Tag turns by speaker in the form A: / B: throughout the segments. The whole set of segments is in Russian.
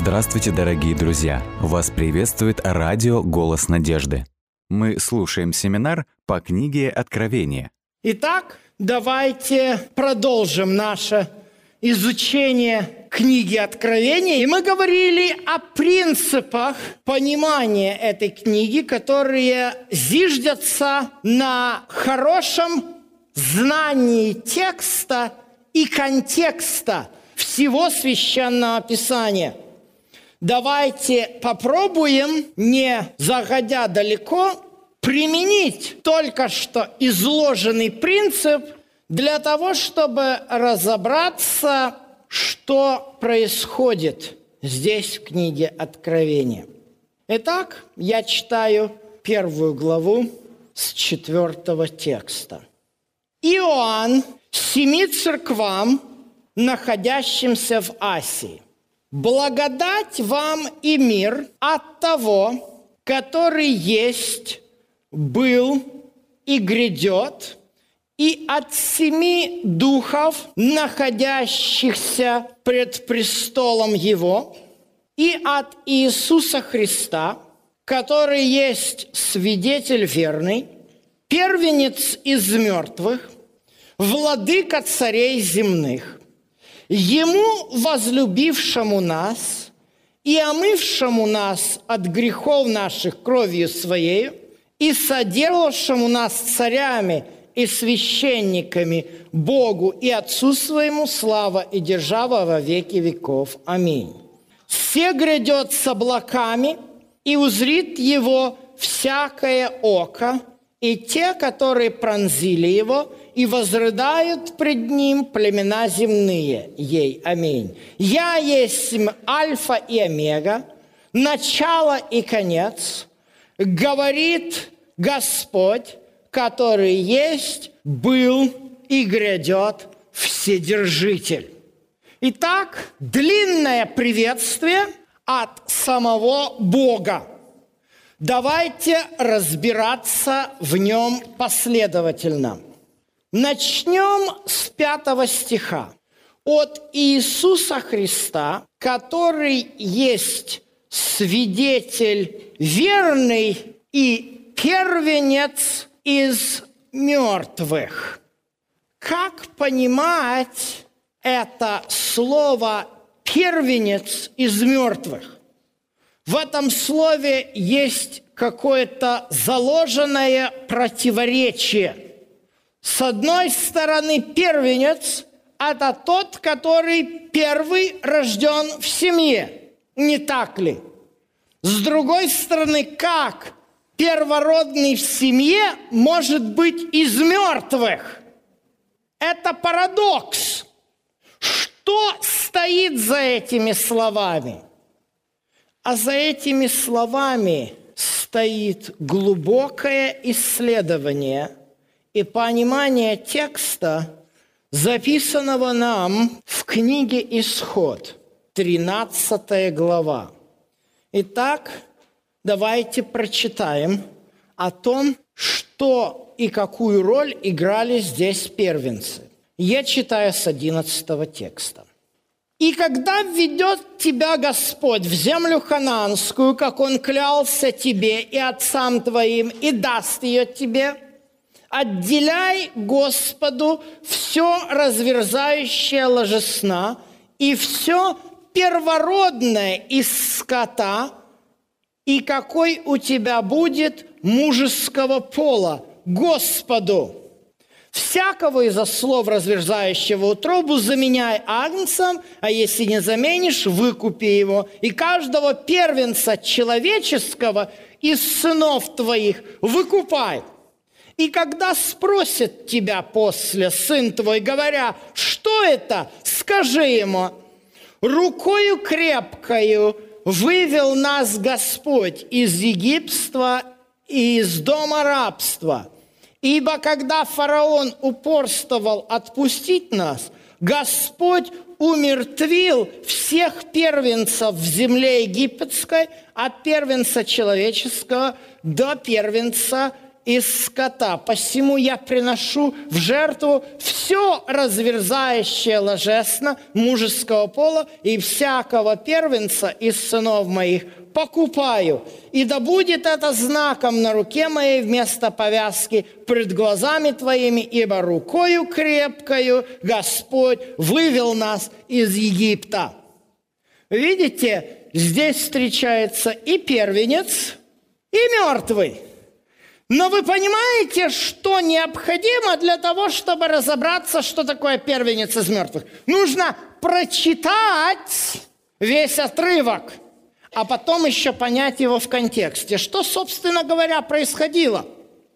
A: Здравствуйте, дорогие друзья! Вас приветствует радио «Голос надежды». Мы слушаем семинар по книге Откровения.
B: Итак, давайте продолжим наше изучение книги Откровения. И мы говорили о принципах понимания этой книги, которые зиждятся на хорошем знании текста и контекста всего Священного Писания. Давайте попробуем, не заходя далеко, применить только что изложенный принцип для того, чтобы разобраться, что происходит здесь в книге Откровения. Итак, я читаю 1 главу с 4 текста. «Иоанн, 7 церквам, находящимся в Асии. Благодать вам и мир от того, который есть, был и грядет, и от 7 духов, находящихся пред престолом Его, и от Иисуса Христа, который есть свидетель верный, первенец из мертвых, владыка царей земных, Ему, возлюбившему нас и омывшему нас от грехов наших кровью Своею, и соделавшему нас царями и священниками Богу и Отцу Своему, слава и держава во веки веков. Аминь. Се грядет с облаками, и узрит Его всякое око, и те, которые пронзили Его, и возрыдают пред Ним племена земные. Ей. Аминь. Я есть Альфа и Омега, начало и конец, говорит Господь, который есть, был и грядет Вседержитель». Итак, длинное приветствие от самого Бога. Давайте разбираться в нем последовательно. Начнем с 5 стиха. «От Иисуса Христа, который есть свидетель верный и первенец из мертвых». Как понимать это слово «первенец из мертвых»? В этом слове есть какое-то заложенное противоречие. С одной стороны, первенец – это тот, который первый рожден в семье, не так ли? С другой стороны, как первородный в семье может быть из мертвых? Это парадокс. Что стоит за этими словами? А за этими словами стоит глубокое исследование и понимание текста, записанного нам в книге «Исход», 13 глава. Итак, давайте прочитаем о том, что и какую роль играли здесь первенцы. Я читаю с 11 текста. «И когда введет тебя Господь в землю ханаанскую, как Он клялся тебе и отцам твоим, и даст ее тебе, отделяй Господу все разверзающее ложесна и все первородное из скота, и какой у тебя будет мужеского пола, Господу. Всякого из ослов, разверзающего утробу, заменяй агнцем, а если не заменишь, выкупи его. И каждого первенца человеческого из сынов твоих выкупай. И когда спросит тебя после сын твой, говоря, что это, скажи ему, рукою крепкою вывел нас Господь из Египта и из дома рабства. Ибо когда фараон упорствовал отпустить нас, Господь умертвил всех первенцев в земле египетской, от первенца человеческого до первенца из скота. Посему я приношу в жертву все разверзающее ложесно мужеского пола и всякого первенца из сынов моих покупаю. И да будет это знаком на руке моей вместо повязки пред глазами твоими, ибо рукою крепкою Господь вывел нас из Египта». Видите, здесь встречается и первенец, и мертвый. Но вы понимаете, что необходимо для того, чтобы разобраться, что такое первенец из мертвых? Нужно прочитать весь отрывок, а потом еще понять его в контексте. Что, собственно говоря, происходило?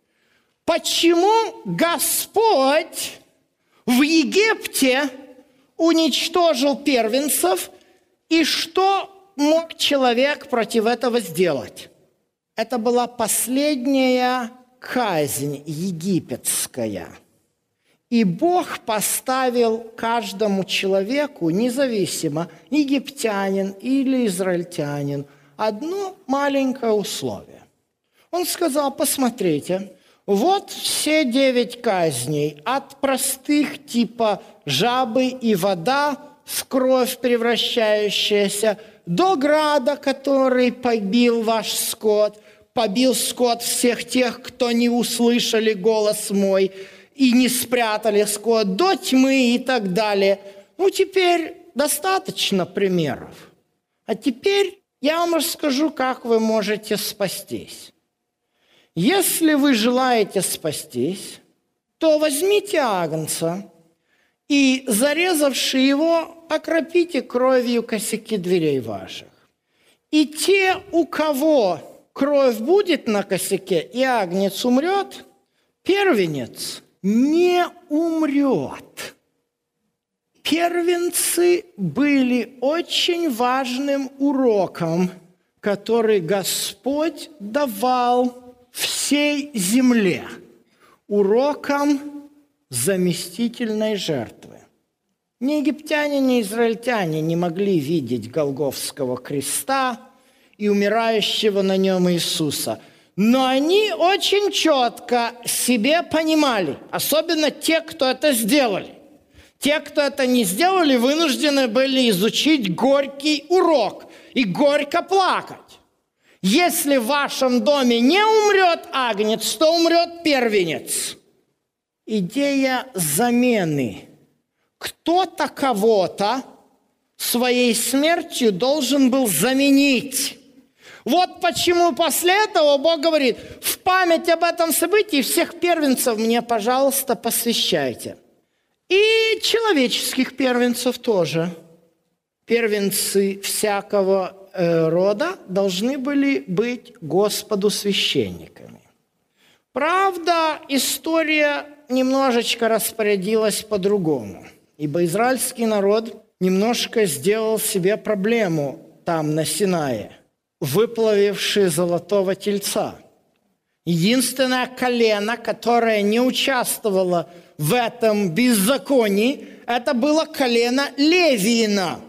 B: Почему Господь в Египте уничтожил первенцев, и что мог человек против этого сделать? Это была последняя казнь египетская. И Бог поставил каждому человеку, независимо, египтянин или израильтянин, одно маленькое условие. Он сказал: посмотрите, вот все 9 казней, от простых типа жабы и вода в кровь превращающаяся, до града, который побил ваш скот, побил скот всех тех, кто не услышали голос мой и не спрятали скот, до тьмы и так далее. Ну, теперь достаточно примеров. А теперь я вам расскажу, как вы можете спастись. Если вы желаете спастись, то возьмите агнца и, зарезавши его, окропите кровью косяки дверей ваших. И те, у кого кровь будет на косяке, и агнец умрет, первенец не умрет. Первенцы были очень важным уроком, который Господь давал всей земле. Уроком заместительной жертвы. Ни египтяне, ни израильтяне не могли видеть Голгофского креста и умирающего на нем Иисуса. Но они очень четко себе понимали, особенно те, кто это сделали. Те, кто это не сделали, вынуждены были изучить горький урок и горько плакать. Если в вашем доме не умрет агнец, то умрет первенец. Идея замены. Кто-то кого-то своей смертью должен был заменить. Вот почему после этого Бог говорит: в память об этом событии всех первенцев мне, пожалуйста, посвящайте. И человеческих первенцев тоже. Первенцы всякого рода должны были быть Господу священниками. Правда, история немножечко распорядилась по-другому, ибо израильский народ немножко сделал себе проблему там, на Синае, выплавивший золотого тельца. Единственное колено, которое не участвовало в этом беззаконии, это было колено Левиина.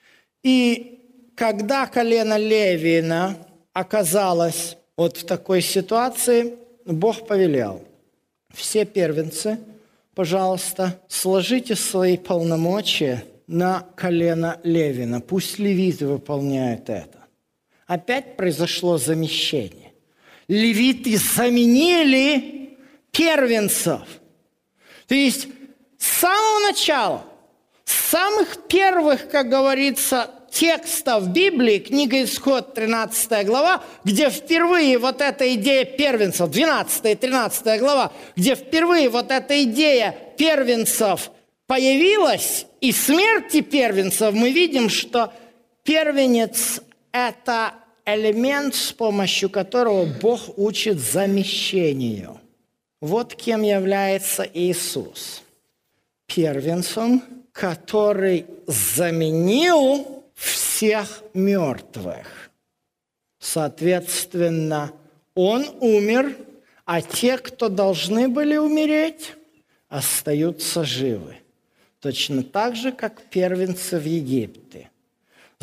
B: И когда колено Левиина оказалось вот в такой ситуации, Бог повелел: все первенцы, пожалуйста, сложите свои полномочия на колено Левина. Пусть левиты выполняют это. Опять произошло замещение. Левиты заменили первенцев. То есть с самого начала, с самых первых, как говорится, текстов Библии, книга Исход, 13 глава, где впервые вот эта идея первенцев, 12 и 13 глава, где впервые вот эта идея первенцев появилась, и смерти первенцев, мы видим, что первенец – это элемент, с помощью которого Бог учит замещению. Вот кем является Иисус. Первенцем, который заменил всех мертвых. Соответственно, Он умер, а те, кто должны были умереть, остаются живы. Точно так же, как первенцы в Египте,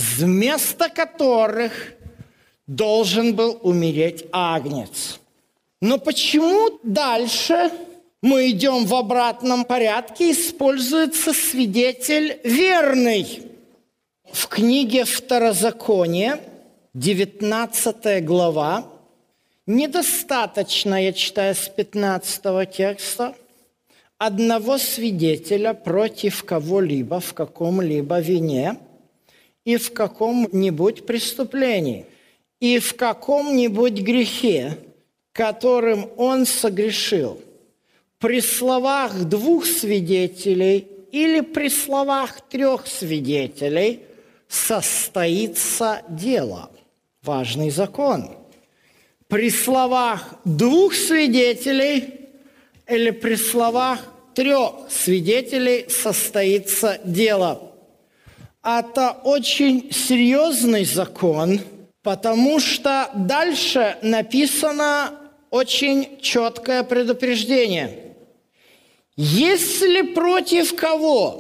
B: вместо которых должен был умереть агнец. Но почему дальше мы идем в обратном порядке, используется свидетель верный? В книге Второзакония, 19 глава, недостаточно, я читаю с 15 текста, одного свидетеля против кого-либо в каком-либо вине и в каком-нибудь преступлении, и в каком-нибудь грехе, которым он согрешил. При словах 2 свидетелей или при словах 3 свидетелей состоится дело. Важный закон. При словах 2 свидетелей или при словах 3 свидетелей состоится дело. Это очень серьезный закон, потому что дальше написано очень четкое предупреждение. Если против кого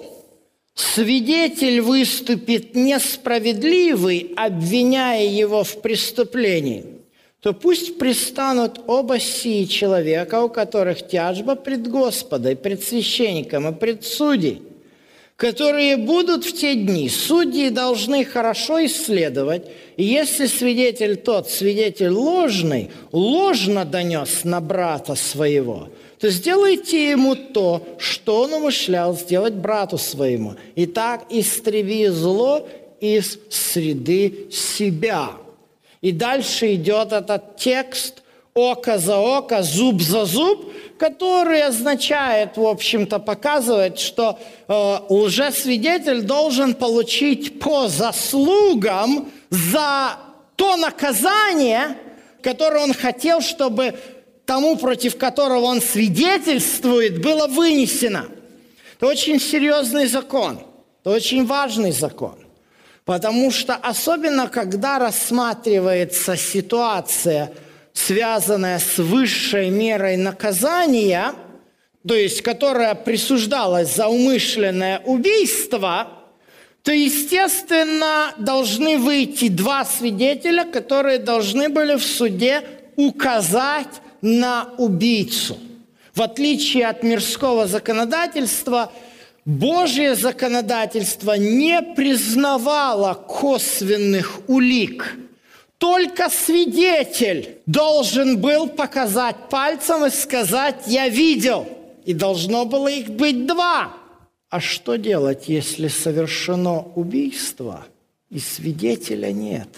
B: свидетель выступит несправедливый, обвиняя его в преступлении, то пусть пристанут оба сии человека, у которых тяжба пред Господом, пред священником и пред судьей, которые будут в те дни. Судьи должны хорошо исследовать, и если свидетель тот, свидетель ложный, ложно донес на брата своего, то сделайте ему то, что он умышлял сделать брату своему. И так истреби зло из среды себя. И дальше идет этот текст «око за око, зуб за зуб», который означает, в общем-то, показывает, что лжесвидетель должен получить по заслугам за то наказание, которое он хотел, чтобы тому, против которого он свидетельствует, было вынесено. Это очень серьезный закон, это очень важный закон. Потому что особенно, когда рассматривается ситуация, связанная с высшей мерой наказания, то есть которая присуждалась за умышленное убийство, то, естественно, должны выйти 2 свидетеля, которые должны были в суде указать на убийцу. В отличие от мирского законодательства, Божье законодательство не признавало косвенных улик. Только свидетель должен был показать пальцем и сказать «я видел». И должно было их быть 2. А что делать, если совершено убийство и свидетеля нет?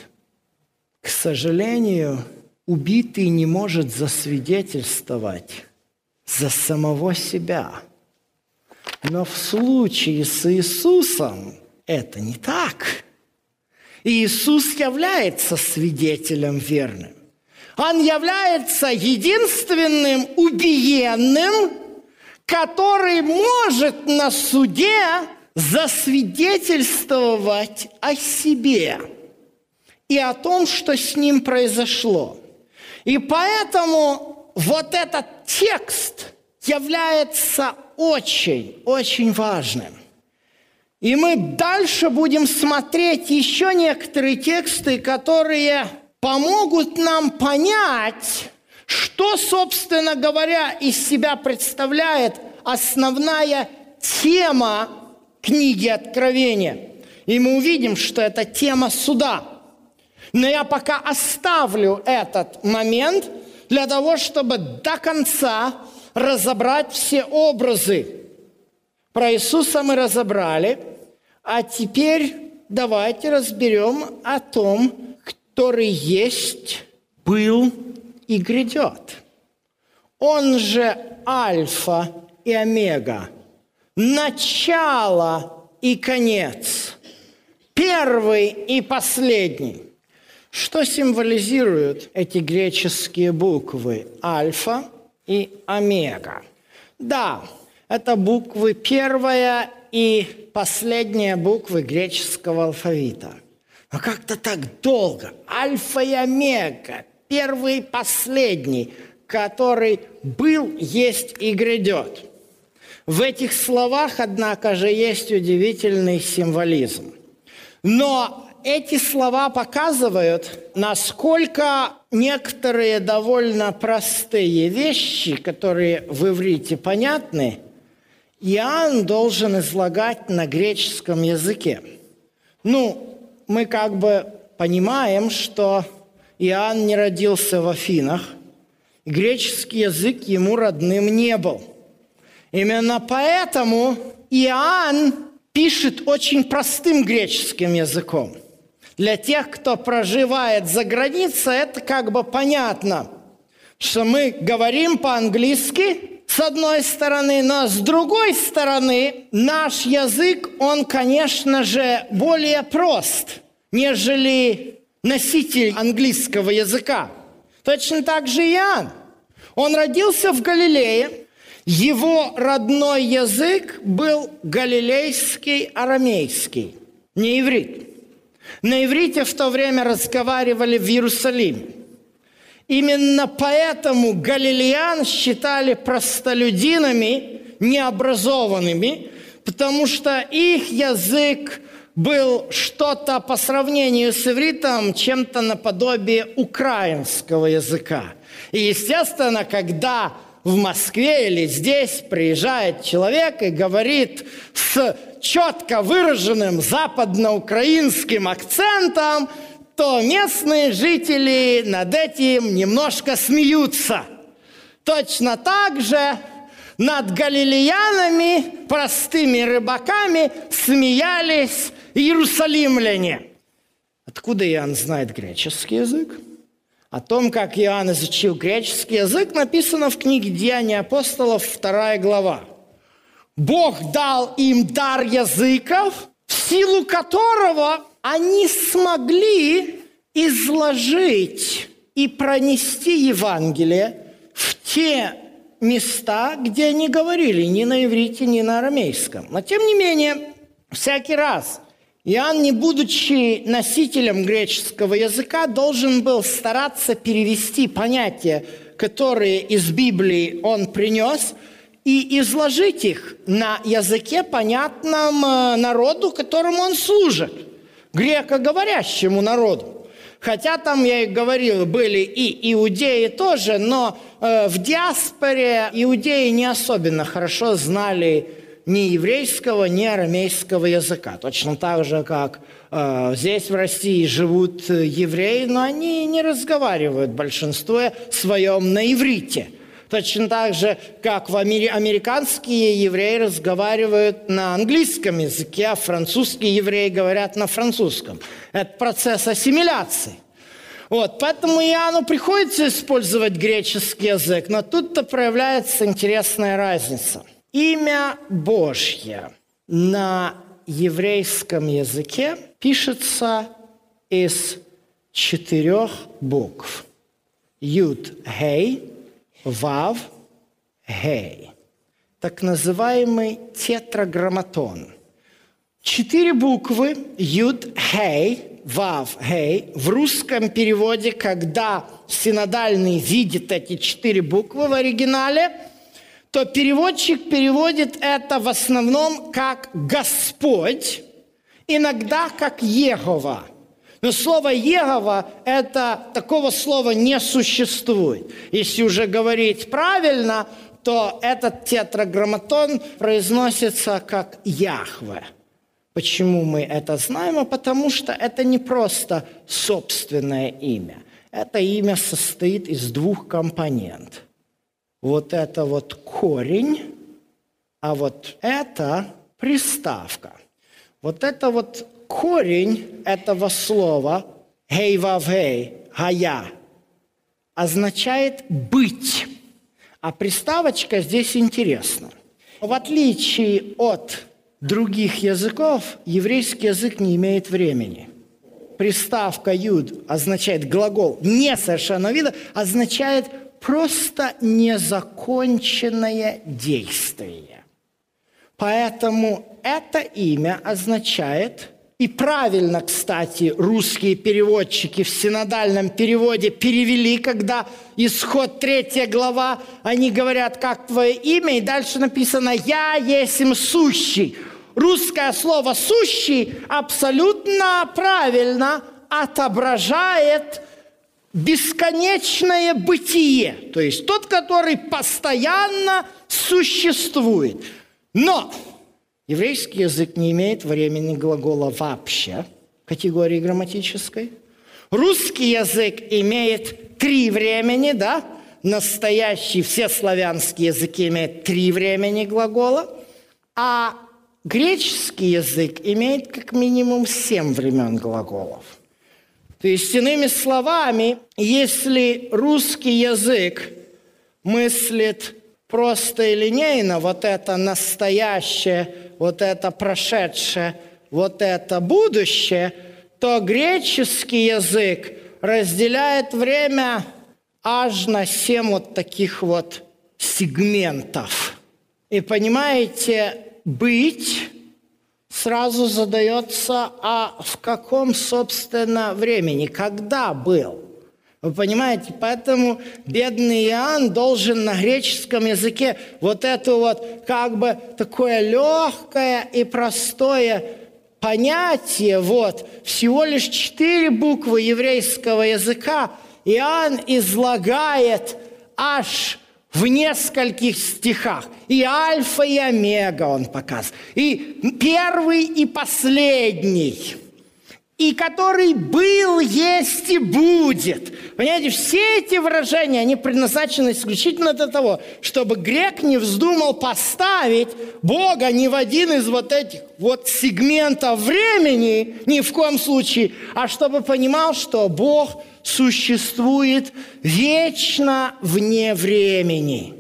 B: К сожалению, убитый не может засвидетельствовать за самого себя. Но в случае с Иисусом это не так. Иисус является свидетелем верным. Он является единственным убиенным, который может на суде засвидетельствовать о себе и о том, что с ним произошло. И поэтому вот этот текст является очень важным. И мы дальше будем смотреть еще некоторые тексты, которые помогут нам понять, что, собственно говоря, из себя представляет основная тема книги Откровения. И мы увидим, что это тема суда. Но я пока оставлю этот момент для того, чтобы до конца разобрать все образы. Про Иисуса мы разобрали, а теперь давайте разберем о том, который есть, был и грядет. Он же Альфа и Омега, начало и конец, первый и последний. Что символизируют эти греческие буквы Альфа и Омега? Да, это буквы первая и последняя буквы греческого алфавита. Но как-то так долго. Альфа и Омега, первый и последний, который был, есть и грядет. В этих словах, однако же, есть удивительный символизм. Но эти слова показывают, насколько некоторые довольно простые вещи, которые в иврите понятны, Иоанн должен излагать на греческом языке. Мы как бы понимаем, что Иоанн не родился в Афинах, и греческий язык ему родным не был. Именно поэтому Иоанн пишет очень простым греческим языком. Для тех, кто проживает за границей, это как бы понятно, что мы говорим по-английски, с одной стороны, но с другой стороны, наш язык, он, конечно же, более прост, нежели носитель английского языка. Точно так же Иоанн. Он родился в Галилее. Его родной язык был галилейский арамейский, не иврит. На иврите в то время разговаривали в Иерусалиме. Именно поэтому галилеян считали простолюдинами, необразованными, потому что их язык был что-то по сравнению с ивритом, чем-то наподобие украинского языка. И, естественно, когда в Москве или здесь приезжает человек и говорит с четко выраженным западноукраинским акцентом, то местные жители над этим немножко смеются. Точно так же над галилеянами, простыми рыбаками, смеялись иерусалимляне. Откуда Иоанн знает греческий язык? О том, как Иоанн изучил греческий язык, написано в книге «Деяния апостолов», 2 глава. Бог дал им дар языков, в силу которого они смогли изложить и пронести Евангелие в те места, где они говорили ни на иврите, ни на арамейском. Но, тем не менее, всякий раз Иоанн, не будучи носителем греческого языка, должен был стараться перевести понятия, которые из Библии он принес, и изложить их на языке, понятном народу, которому он служит, грекоговорящему народу. Хотя там, я и говорил, были и иудеи тоже, но в диаспоре иудеи не особенно хорошо знали ни еврейского, ни арамейского языка. Точно так же, как здесь в России живут евреи, но они не разговаривают в большинстве своем на иврите. Точно так же, как американские евреи разговаривают на английском языке, а французские евреи говорят на французском. Это процесс ассимиляции. Поэтому Иоанну приходится использовать греческий язык, но тут-то проявляется интересная разница. Имя Божье на еврейском языке пишется из 4 букв. Юд, Хей, Вав, Хей. Так называемый тетраграмматон. 4 буквы Юд, Хей, Вав, Хей. В русском переводе, когда синодальный видит эти 4 буквы в оригинале, то переводчик переводит это в основном как «Господь», иногда как «Егова». Но слово «Егова» – такого слова не существует. Если уже говорить правильно, то этот тетраграмматон произносится как «Яхве». Почему мы это знаем? Потому что это не просто собственное имя. Это имя состоит из 2 компонентов. Это корень, а это приставка. Это корень этого слова «хей-вав-хей», «хая», означает «быть». А приставочка здесь интересна. В отличие от других языков, еврейский язык не имеет времени. Приставка «юд» означает глагол несовершенного вида, означает просто незаконченное действие. Поэтому это имя означает, и правильно, кстати, русские переводчики в синодальном переводе перевели, когда Исход 3 глава, они говорят, как твое имя, и дальше написано «Я есмь сущий». русское слово «сущий» абсолютно правильно отображает бесконечное бытие, то есть тот, который постоянно существует. Но еврейский язык не имеет времени глагола вообще, категории грамматической. Русский язык имеет 3 времени, да? Настоящий, все славянские языки имеют 3 времени глагола, а греческий язык имеет как минимум 7 времен глаголов. То есть, иными словами, если русский язык мыслит просто и линейно, вот это настоящее, вот это прошедшее, вот это будущее, то греческий язык разделяет время аж на 7 вот таких вот сегментов. И понимаете, быть сразу задается, а в каком, собственно, времени, когда был. Вы понимаете, поэтому бедный Иоанн должен на греческом языке вот это вот как бы такое легкое и простое понятие, вот, всего лишь 4 буквы еврейского языка Иоанн излагает аж в нескольких стихах. И альфа, и омега он показывает. И первый, и последний. И который был, есть и будет. Понимаете, все эти выражения, они предназначены исключительно для того, чтобы грек не вздумал поставить Бога ни в один из вот этих вот сегментов времени, ни в коем случае, а чтобы понимал, что Бог существует вечно вне времени.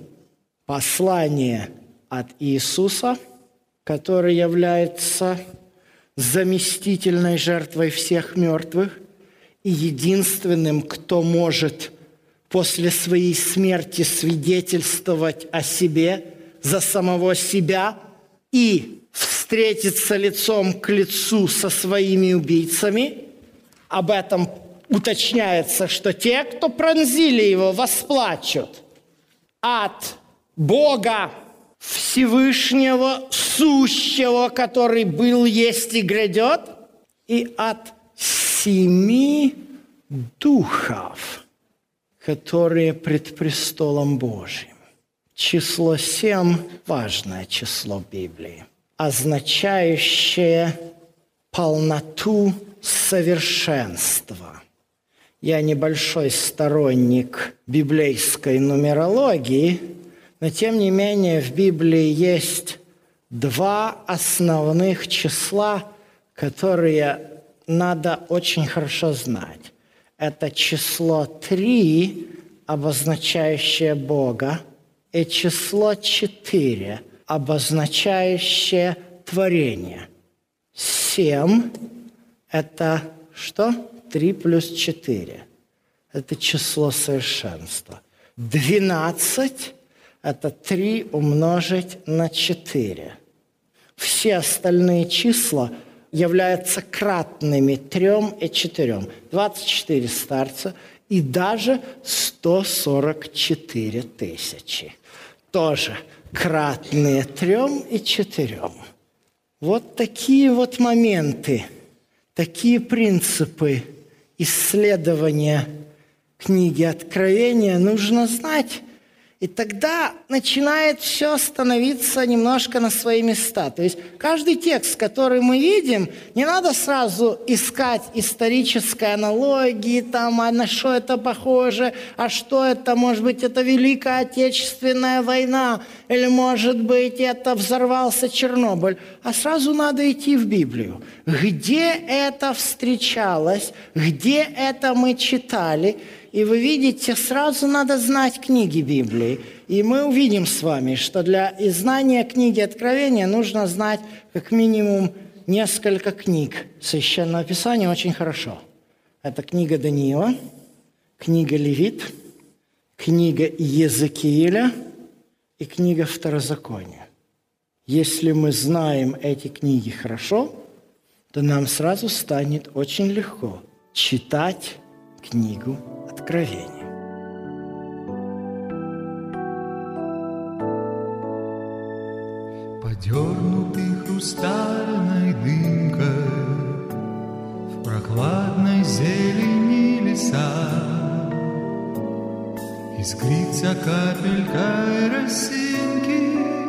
B: Послание от Иисуса, который является заместительной жертвой всех мертвых и единственным, кто может после своей смерти свидетельствовать о себе за самого себя и встретиться лицом к лицу со своими убийцами. Об этом уточняется, что те, кто пронзили его, восплачут от Бога Всевышнего, сущего, который был, есть и грядет, и от 7 духов, которые пред престолом Божьим. Число 7 – важное число Библии, означающее полноту совершенства. Я небольшой сторонник библейской нумерологии, но тем не менее в Библии есть 2 основных числа, которые надо очень хорошо знать. Это число 3, обозначающее Бога, и число 4, обозначающее творение. 7 – это что? 3 плюс 4. Это число совершенства. 12 – это 3 умножить на 4. Все остальные числа являются кратными 3 и 4. 24 старца и даже 144 тысячи. Тоже кратные 3 и 4. Вот такие вот моменты, такие принципы исследования книги Откровения нужно знать. И тогда начинает все становиться немножко на свои места. То есть каждый текст, который мы видим, не надо сразу искать исторической аналогии, там, а на что это похоже, а что это, может быть, это Великая Отечественная война, или, может быть, это взорвался Чернобыль. А сразу надо идти в Библию. Где это встречалось, где это мы читали. И вы видите, сразу надо знать книги Библии. И мы увидим с вами, что для знания книги Откровения нужно знать как минимум несколько книг Священного Писания очень хорошо. Это книга Даниила, книга Левит, книга Иезекииля и книга Второзакония. Если мы знаем эти книги хорошо, то нам сразу станет очень легко читать книгу Откровения.
C: подернутый хрустальной дымкой, в прохладной зелени леса искрится капелькой росинки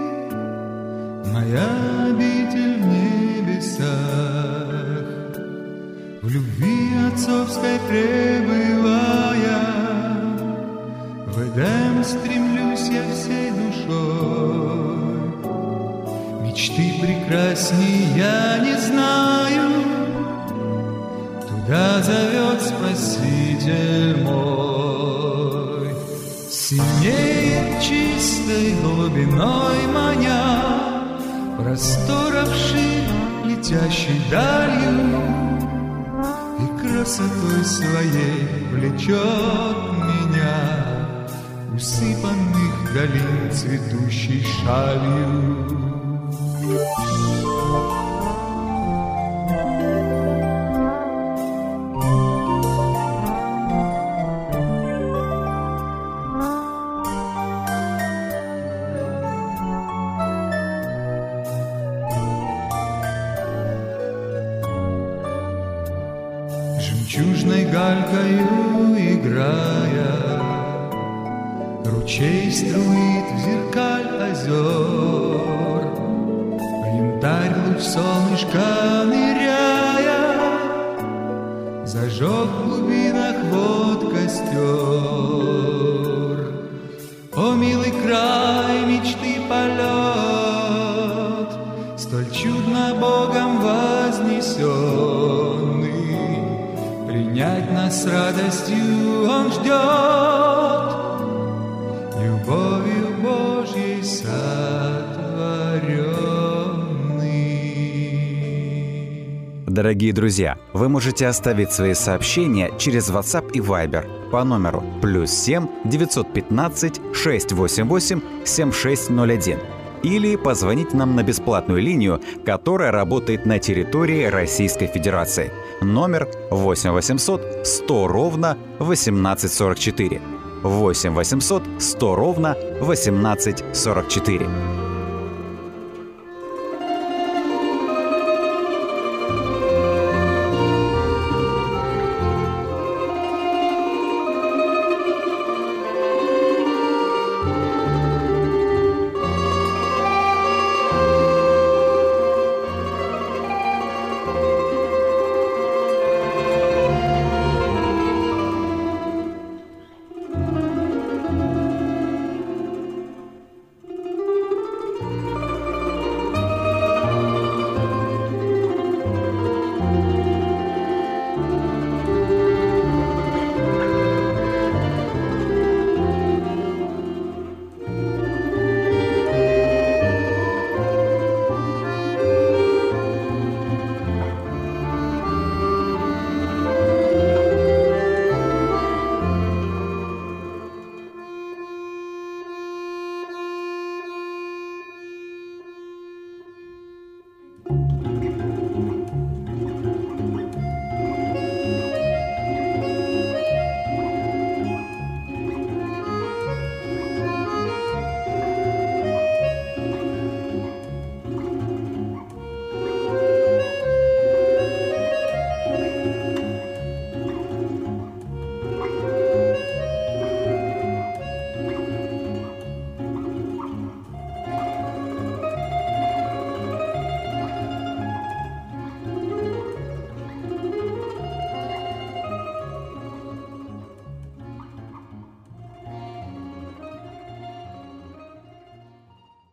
C: моя обитель в небесах. В любви отцовской пребывая, в Эдем стремлюсь я всей душой. Мечты прекрасней я не знаю, туда зовет Спаситель мой. Синеет чистой глубиной маня, просторов ширь летящей далью, и красотой своей влечет меня, усыпанных долин цветущей шалью. Жемчужной галькою играя, ручей струит в зеркаль озер, в янтарь луч солнышка ныряя, зажег в глубинах вод костер. О, милый край мечты полет, столь чудно Богом вознесенный, принять нас с радостью Он ждет, любовью Божьей сотворенный.
A: Дорогие друзья, вы можете оставить свои сообщения через WhatsApp и Viber по номеру +7 915 688 7601 или позвонить нам на бесплатную линию, которая работает на территории Российской Федерации. Номер 8 800 100 ровно 1844. 8 800 100 ровно 1844.